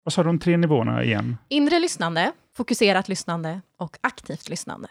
Vad sa de 3 nivåerna igen? Inre lyssnande, fokuserat lyssnande och aktivt lyssnande.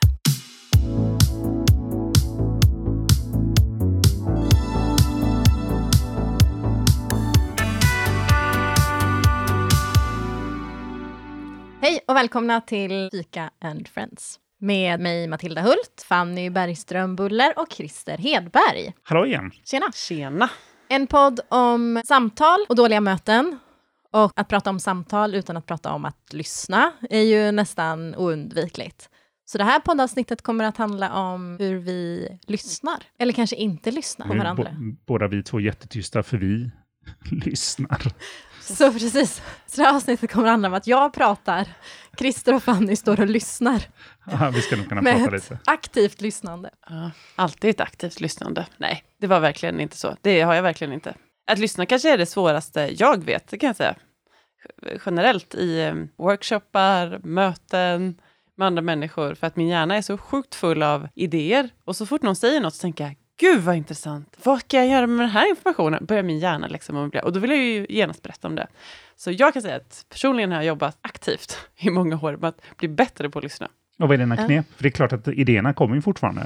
Hej och välkomna till Fika and Friends. Med mig Matilda Hult, Fanny Bergström Buller och Christer Hedberg. Hallå igen. Tjena. En podd om samtal och dåliga möten. Och att prata om samtal utan att prata om att lyssna är ju nästan oundvikligt. Så det här poddavsnittet kommer att handla om hur vi lyssnar. Eller kanske inte lyssnar på varandra. Båda vi två jättetysta för vi lyssnar. Så precis. Så det här avsnittet kommer att handla om att jag pratar. Christer och Fanny står och lyssnar. Ja, vi ska nog kunna med prata lite. Aktivt lyssnande. Ja, alltid ett aktivt lyssnande. Nej, det var verkligen inte så. Det har jag verkligen inte. Att lyssna kanske är det svåraste jag vet, det kan jag säga. Generellt i workshoppar, möten med andra människor. För att min hjärna är så sjukt full av idéer. Och så fort någon säger något så tänker jag, gud vad intressant. Vad kan jag göra med den här informationen? Börjar min hjärna liksom och då vill jag ju genast berätta om det. Så jag kan säga att personligen har jag jobbat aktivt i många år med att bli bättre på att lyssna. Och vad är dina knep? För det är klart att idéerna kommer ju fortfarande.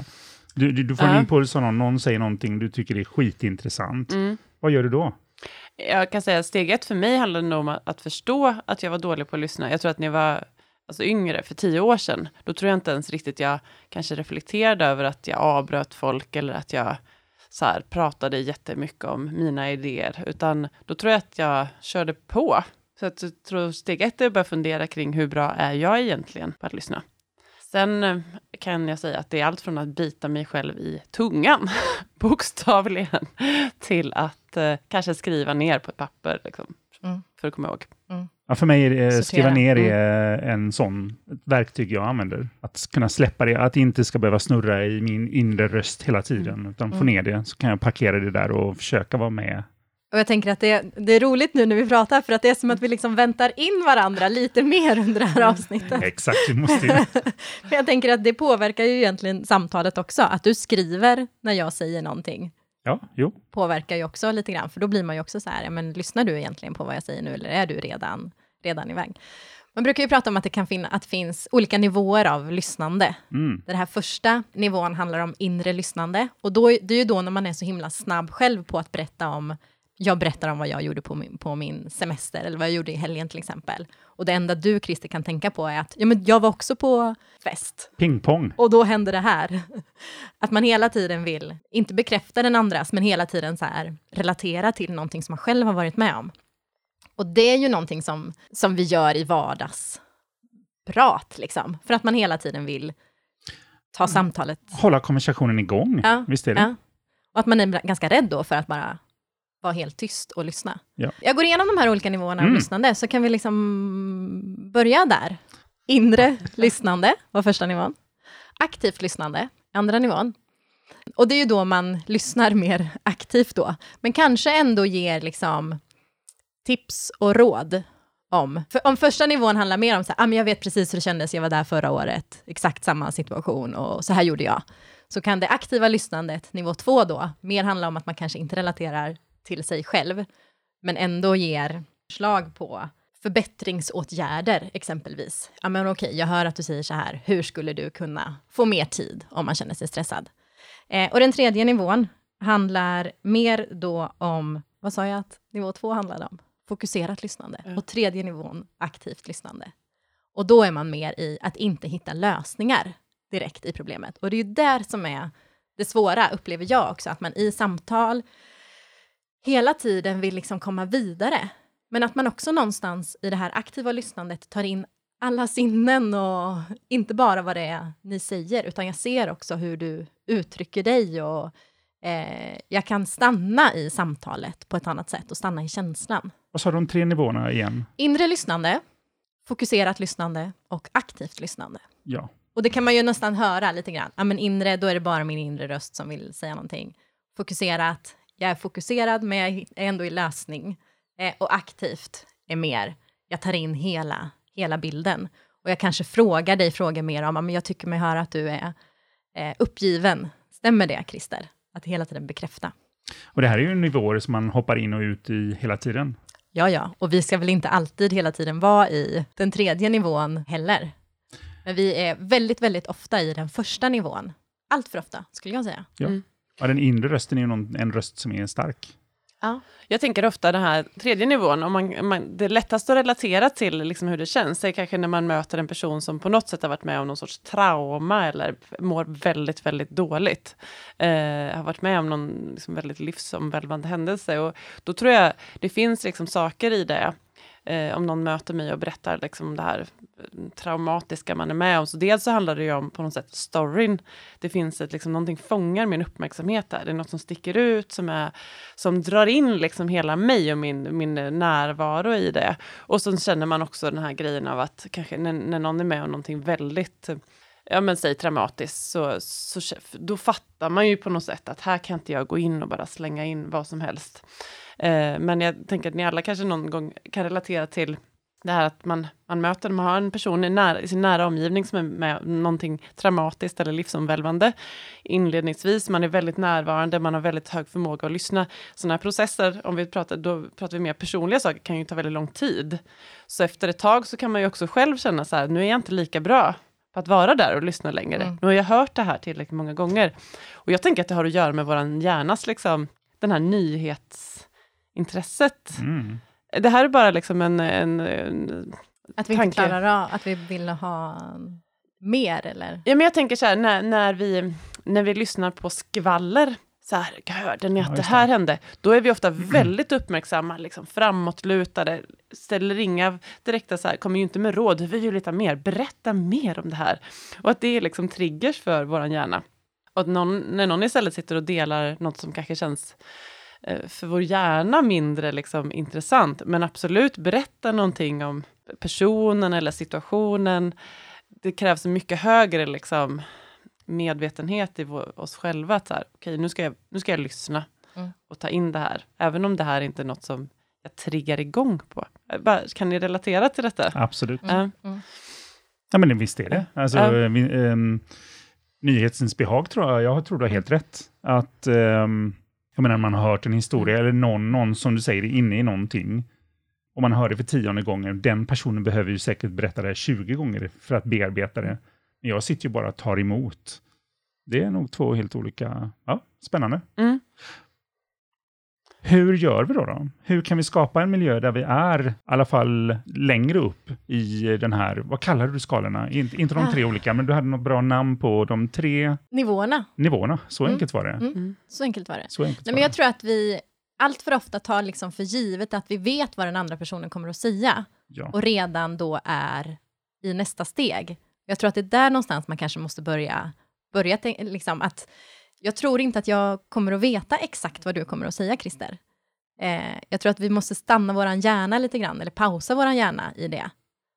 Du får in på det så någon säger någonting du tycker är skitintressant. Vad gör du då? Jag kan säga att steg 1 för mig handlade nog om att förstå att jag var dålig på att lyssna. Jag tror att när jag var yngre, för 10 år sedan, då tror jag inte ens riktigt jag kanske reflekterade över att jag avbröt folk eller att jag så här, pratade jättemycket om mina idéer. Utan då tror jag att jag körde på. Så att jag tror steg 1 är att börja fundera kring hur bra är jag egentligen på att lyssna. Sen kan jag säga att det är allt från att bita mig själv i tungan, bokstavligen, till att kanske skriva ner på ett papper liksom, för att komma ihåg. Ja, för mig är skriva ner är ett verktyg jag använder. Att kunna släppa det, att det inte ska behöva snurra i min inre röst hela tiden, utan få ner det, så kan jag parkera det där och försöka vara med. Och jag tänker att det är roligt nu när vi pratar, för att det är som att vi liksom väntar in varandra lite mer under det här avsnittet. Exakt, vi måste ju. För jag tänker att det påverkar ju egentligen samtalet också. Att du skriver när jag säger någonting. Ja, jo. Påverkar ju också lite grann. För då blir man ju också så här, ja, men lyssnar du egentligen på vad jag säger nu, eller är du redan iväg? Man brukar ju prata om att det kan finns olika nivåer av lyssnande. Den här första nivån handlar om inre lyssnande. Och det är ju då när man är så himla snabb själv på att jag berättar om vad jag gjorde på min semester, eller vad jag gjorde i helgen till exempel. Och det enda du, Christer, kan tänka på är att jag var också på fest. Pingpong. Och då hände det här. Att man hela tiden vill, inte bekräfta den andras, men hela tiden så här, relatera till någonting som man själv har varit med om. Och det är ju någonting som vi gör i vardagsprat, liksom. För att man hela tiden vill ta samtalet. Hålla konversationen igång, visst är det? Ja. Och att man är ganska rädd då för att bara vara helt tyst och lyssna. Ja. Jag går igenom de här olika nivåerna av lyssnande, så kan vi liksom börja där. Inre lyssnande var första nivån. Aktivt lyssnande, andra nivån. Och det är ju då man lyssnar mer aktivt då. Men kanske ändå ger liksom tips och råd om första nivån handlar mer om så här, men jag vet precis hur det kändes, jag var där förra året, exakt samma situation och så här gjorde jag. Så kan det aktiva lyssnandet, nivå 2 då, mer handla om att man kanske inte relaterar till sig själv, men ändå ger förslag på förbättringsåtgärder exempelvis. Ja, men okej, jag hör att du säger så här, hur skulle du kunna få mer tid om man känner sig stressad? Och den tredje nivån handlar mer då om, vad sa jag att nivå 2 handlade om? Fokuserat lyssnande. Och tredje nivån, aktivt lyssnande. Och då är man mer i att inte hitta lösningar direkt i problemet. Och det är ju där som är det svåra, upplever jag också, att man i samtal hela tiden vill liksom komma vidare. Men att man också någonstans i det här aktiva lyssnandet tar in alla sinnen och inte bara vad det är ni säger, utan jag ser också hur du uttrycker dig och jag kan stanna i samtalet på ett annat sätt och stanna i känslan. Vad sa de 3 nivåerna igen? Inre lyssnande, fokuserat lyssnande och aktivt lyssnande. Ja. Och det kan man ju nästan höra lite grann. Ja, men inre, då är det bara min inre röst som vill säga någonting. Fokuserat, jag är fokuserad men jag är ändå i lösning. Och aktivt är mer, jag tar in hela bilden. Och jag kanske frågar mer om, men jag tycker mig höra att du är uppgiven. Stämmer det, Christer? Att hela tiden bekräfta. Och det här är ju nivåer som man hoppar in och ut i hela tiden. Ja, och vi ska väl inte alltid hela tiden vara i den tredje nivån heller. Men vi är väldigt, väldigt ofta i den första nivån. Allt för ofta, skulle jag säga. Ja, ja, den inre rösten är ju en röst som är stark. Ja. Jag tänker ofta den här tredje nivån, om det är lättast att relatera till liksom hur det känns, är kanske när man möter en person som på något sätt har varit med om någon sorts trauma eller mår väldigt, väldigt dåligt. Har varit med om någon liksom väldigt livsomvälvande händelse, och då tror jag det finns liksom saker i det. Om någon möter mig och berättar liksom det här traumatiska man är med om. Så dels så handlar det ju om på något sätt storyn. Det finns någonting fångar min uppmärksamhet där. Det är något som sticker ut, som drar in liksom hela mig och min närvaro i det. Och så känner man också den här grejen av att kanske när någon är med om någonting väldigt, säg traumatiskt, så då fattar man ju på något sätt att här kan inte jag gå in och bara slänga in vad som helst. Men jag tänker att ni alla kanske någon gång kan relatera till det här att man har en person i sin nära omgivning som är med om någonting traumatiskt eller livsomvälvande. Inledningsvis, man är väldigt närvarande, man har väldigt hög förmåga att lyssna. Sådana här processer, då pratar vi mer personliga saker, kan ju ta väldigt lång tid. Så efter ett tag så kan man ju också själv känna så här, nu är jag inte lika bra på att vara där och lyssna längre. Nu har jag hört det här tillräckligt många gånger. Och jag tänker att det har att göra med våran hjärnas den här nyhetsintresset. Det här är bara liksom en att vi inte klarar av, att vi vill ha mer, eller? Ja, men jag tänker så här, när vi lyssnar på skvaller, så här, hörde ni att det här hände? Då är vi ofta väldigt uppmärksamma, liksom framåtlutade, ställer inga direkta så här, kommer ju inte med råd, vi vill lite mer, berätta mer om det här. Och att det är liksom triggers för våran hjärna. Och när någon istället sitter och delar något som kanske känns för vår hjärna mindre liksom intressant, men absolut berätta någonting om personen eller situationen. Det krävs en mycket högre liksom medvetenhet i oss själva, att så här, okej, nu ska jag lyssna och ta in det här, även om det här inte är något som jag triggar igång på. Kan ni relatera till detta? Absolut. Ja, men visst är det. Alltså, nyhetens behag tror jag tror du har helt rätt. Att jag menar, man har hört en historia eller någon som du säger är inne i någonting, och man hör det för 10:e gången. Den personen behöver ju säkert berätta det 20 gånger för att bearbeta det. Men jag sitter ju bara och tar emot. Det är nog 2 helt olika, spännande. Hur gör vi då? Hur kan vi skapa en miljö där vi är i alla fall längre upp i den här, vad kallar du skalorna? Inte de 3 olika, men du hade något bra namn på de 3 nivåerna. Så enkelt var det. Så enkelt var det. Men jag tror att vi allt för ofta tar liksom för givet att vi vet vad den andra personen kommer att säga. Ja. Och redan då är i nästa steg. Jag tror att det är där någonstans man kanske måste börja liksom att jag tror inte att jag kommer att veta exakt vad du kommer att säga, Christer. Jag tror att vi måste stanna våran hjärna lite grann, eller pausa våran hjärna i det.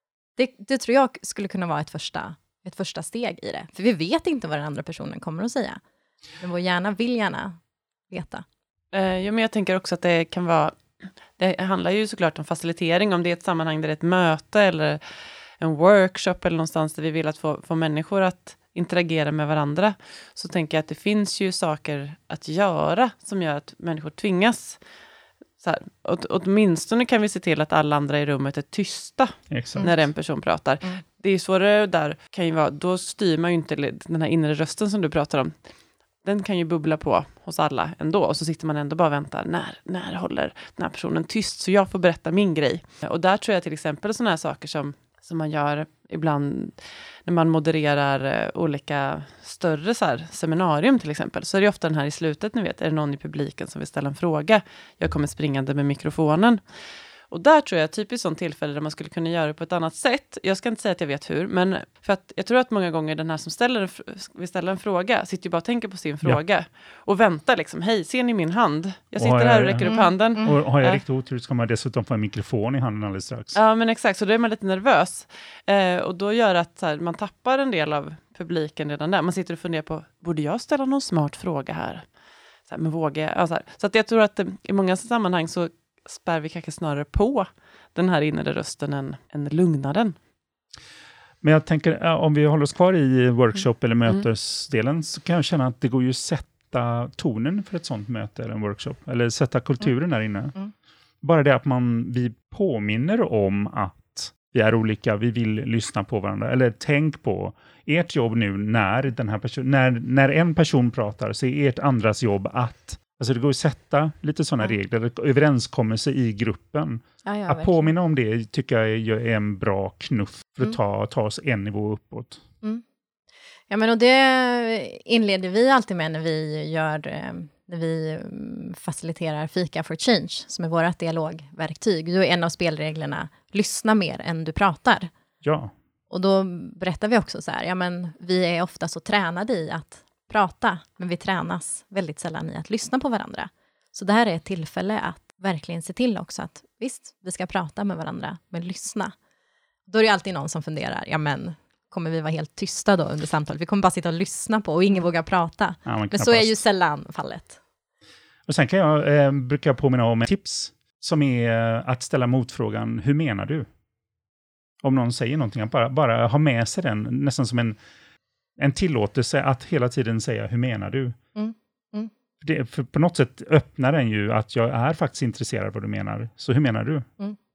Det tror jag skulle kunna vara ett första steg i det. För vi vet inte vad den andra personen kommer att säga. Men vår hjärna vill gärna veta. Men jag tänker också att det kan vara, det handlar ju såklart om facilitering, om det är ett sammanhang där det är ett möte eller en workshop eller någonstans där vi vill att få människor att interagera med varandra, så tänker jag att det finns ju saker att göra som gör att människor tvingas. Så här, åtminstone kan vi se till att alla andra i rummet är tysta när en person pratar. Det är svårare där, kan ju vara, då styr man ju inte den här inre rösten som du pratar om. Den kan ju bubbla på hos alla ändå, och så sitter man ändå bara och väntar, när håller den här personen tyst så jag får berätta min grej. Och där tror jag till exempel sådana här saker som man gör ibland när man modererar olika större så här, seminarium till exempel, så är det ofta den här i slutet, ni vet, är det någon i publiken som vill ställa en fråga, jag kommer springande med mikrofonen. Och där tror jag typiskt sånt tillfälle där man skulle kunna göra det på ett annat sätt. Jag ska inte säga att jag vet hur, men för att jag tror att många gånger den här som vill ställa en fråga sitter ju bara och tänker på sin fråga och väntar liksom, hej, ser ni min hand? Jag sitter här och räcker upp handen. Och har jag riktigt otur så kan man dessutom få en mikrofon i handen alldeles strax. Ja, men exakt, så då är man lite nervös. Och då gör att så här, man tappar en del av publiken redan där. Man sitter och funderar på, borde jag ställa någon smart fråga här? Så här, men vågar jag? Ja, så att jag tror att i många sammanhang så spär vi kanske snarare på den här inre rösten än lugnar den. Men jag tänker, om vi håller oss kvar i workshop eller mötesdelen, så kan jag känna att det går ju att sätta tonen för ett sånt möte eller en workshop. Eller sätta kulturen där inne. bara det att vi påminner om att vi är olika, vi vill lyssna på varandra. Eller tänk på ert jobb nu när en person pratar, så är ert andras jobb att, alltså det går att sätta lite sådana regler, överenskommelser i gruppen. Ja, att påminna om det tycker jag är en bra knuff för att ta oss en nivå uppåt. Mm. Ja, men och det inleder vi alltid med när vi faciliterar Fika for Change, som är vårt dialogverktyg. Då är en av spelreglerna, lyssna mer än du pratar. Ja. Och då berättar vi också så här, ja men vi är ofta så tränade i att prata, men vi tränas väldigt sällan i att lyssna på varandra. Så det här är ett tillfälle att verkligen se till också att visst, vi ska prata med varandra, men lyssna. Då är det alltid någon som funderar, ja men kommer vi vara helt tysta då under samtalet? Vi kommer bara sitta och lyssna på och ingen vågar prata. Ja, men så är ju sällan fallet. Och sen brukar jag påminna om ett tips som är att ställa motfrågan, hur menar du? Om någon säger någonting, att bara ha med sig den, nästan som en tillåtelse att hela tiden säga, hur menar du? För på något sätt öppnar den ju att jag är faktiskt intresserad av vad du menar. Så hur menar du?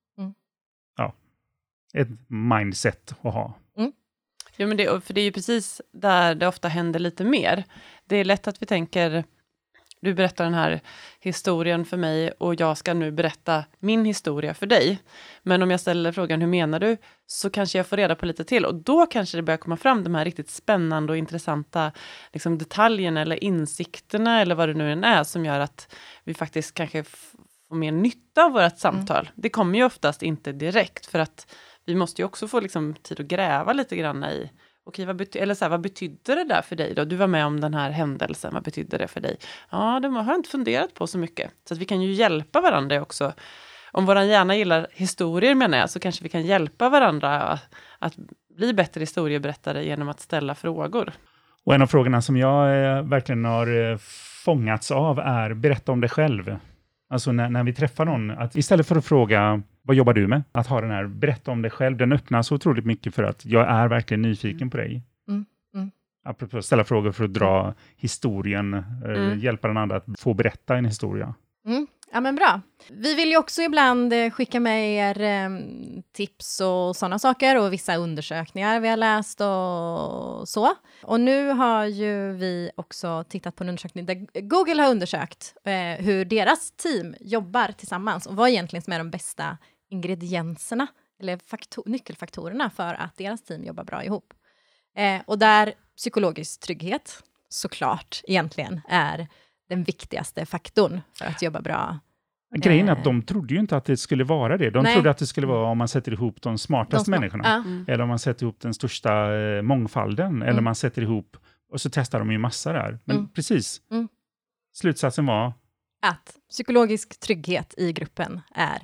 Ja, ett mindset att ha. Ja, men det är ju precis där det ofta händer lite mer. Det är lätt att vi tänker, du berättar den här historien för mig och jag ska nu berätta min historia för dig. Men om jag ställer frågan, hur menar du? Så kanske jag får reda på lite till. Och då kanske det börjar komma fram de här riktigt spännande och intressanta liksom, detaljerna eller insikterna eller vad det nu än är som gör att vi faktiskt kanske får mer nytta av vårt samtal. Det kommer ju oftast inte direkt för att vi måste ju också få liksom, tid att gräva lite grann i okej, vad betydde det där för dig då? Du var med om den här händelsen, vad betydde det för dig? Ja, det har jag inte funderat på så mycket. Så att vi kan ju hjälpa varandra också. Om våran hjärna gillar historier menar jag, så kanske vi kan hjälpa varandra att bli bättre historieberättare genom att ställa frågor. Och en av frågorna som jag verkligen har fångats av är, berätta om dig själv. Alltså när vi träffar någon, att istället för att fråga, vad jobbar du med? Att ha den här, berätta om dig själv, den öppnar så otroligt mycket för att jag är verkligen nyfiken på dig. Apropå ställa frågor för att dra historien, hjälpa den andra att få berätta en historia. Ja, men bra. Vi vill ju också ibland skicka med er tips och sådana saker och vissa undersökningar vi har läst och så. Och nu har ju vi också tittat på en undersökning där Google har undersökt hur deras team jobbar tillsammans och vad egentligen som är de bästa ingredienserna eller nyckelfaktorerna för att deras team jobbar bra ihop. Och där psykologisk trygghet såklart egentligen är den viktigaste faktorn för att jobba bra. Grejen är att de trodde ju inte att det skulle vara det. De trodde att det skulle vara om man sätter ihop de smartaste människorna. Eller om man sätter ihop den största mångfalden. Eller man sätter ihop, och så testar de ju massa där. Men precis. Slutsatsen var att psykologisk trygghet i gruppen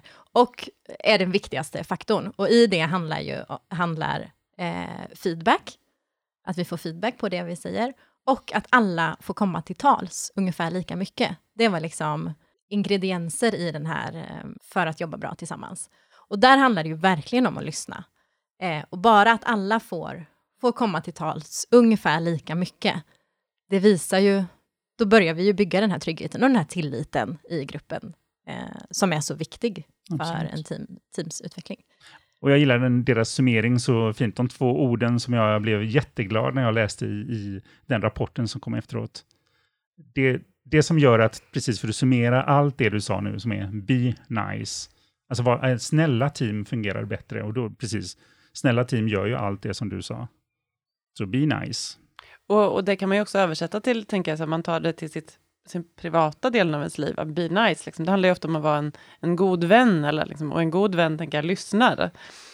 är den viktigaste faktorn. Och i det handlar feedback. Att vi får feedback på det vi säger. Och att alla får komma till tals ungefär lika mycket. Det var liksom ingredienser i den här för att jobba bra tillsammans. Och där handlar det ju verkligen om att lyssna. Och bara att alla får komma till tals ungefär lika mycket. Det visar ju, då börjar vi ju bygga den här tryggheten och den här tilliten i gruppen. Som är så viktig för en teamsutveckling. Och jag gillar deras summering så fint. De 2 orden som jag blev jätteglad när jag läste i den rapporten som kom efteråt. Det som gör att, precis för att summera allt det du sa nu som är be nice. Alltså snälla team fungerar bättre. Och då precis, snälla team gör ju allt det som du sa. Så be nice. Och det kan man ju också översätta till, tänker jag, så att man tar det till sin privata delen av ens liv. Be nice, liksom. Det handlar ju ofta om att vara en god vän. Eller, liksom, och en god vän, tänker jag, lyssnar.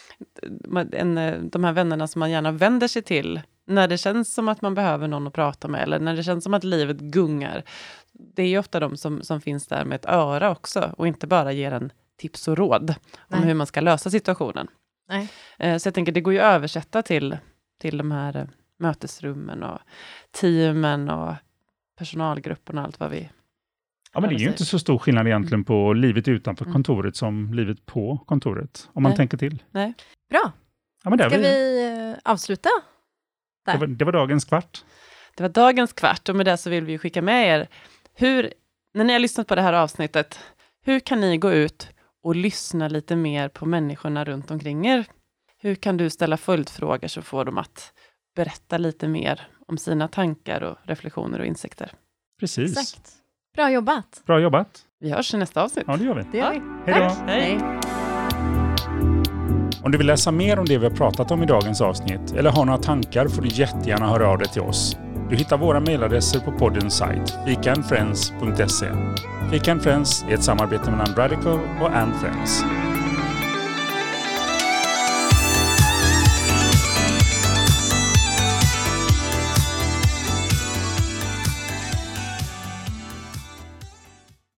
De här vännerna som man gärna vänder sig till när det känns som att man behöver någon att prata med. Eller när det känns som att livet gungar. Det är ju ofta de som finns där med ett öra också. Och inte bara ger en tips och råd om hur man ska lösa situationen. Nej. Så jag tänker, det går ju att översätta till de här mötesrummen och teamen och personalgrupperna och allt vad vi... Ja, men det är ju inte så stor skillnad egentligen på livet utanför kontoret som livet på kontoret. Om man tänker till. Nej. Bra. Ja, men ska vi avsluta? Det var dagens kvart. Det var dagens kvart och med det så vill vi skicka med er när ni har lyssnat på det här avsnittet, hur kan ni gå ut och lyssna lite mer på människorna runt omkring er. Hur kan du ställa följdfrågor så får de att berätta lite mer om sina tankar och reflektioner och insikter. Precis. Exakt. Bra jobbat. Bra jobbat. Vi hörs i nästa avsnitt. Ja, det gör vi. Det gör vi. Hej då. Tack. Hej. Om du vill läsa mer om det vi har pratat om i dagens avsnitt eller har några tankar får du jättegärna höra av dig till oss. Du hittar våra mejladresser på poddens sajt fikaandfriends.se. Fika and Friends är ett samarbete mellan Radical och And Friends.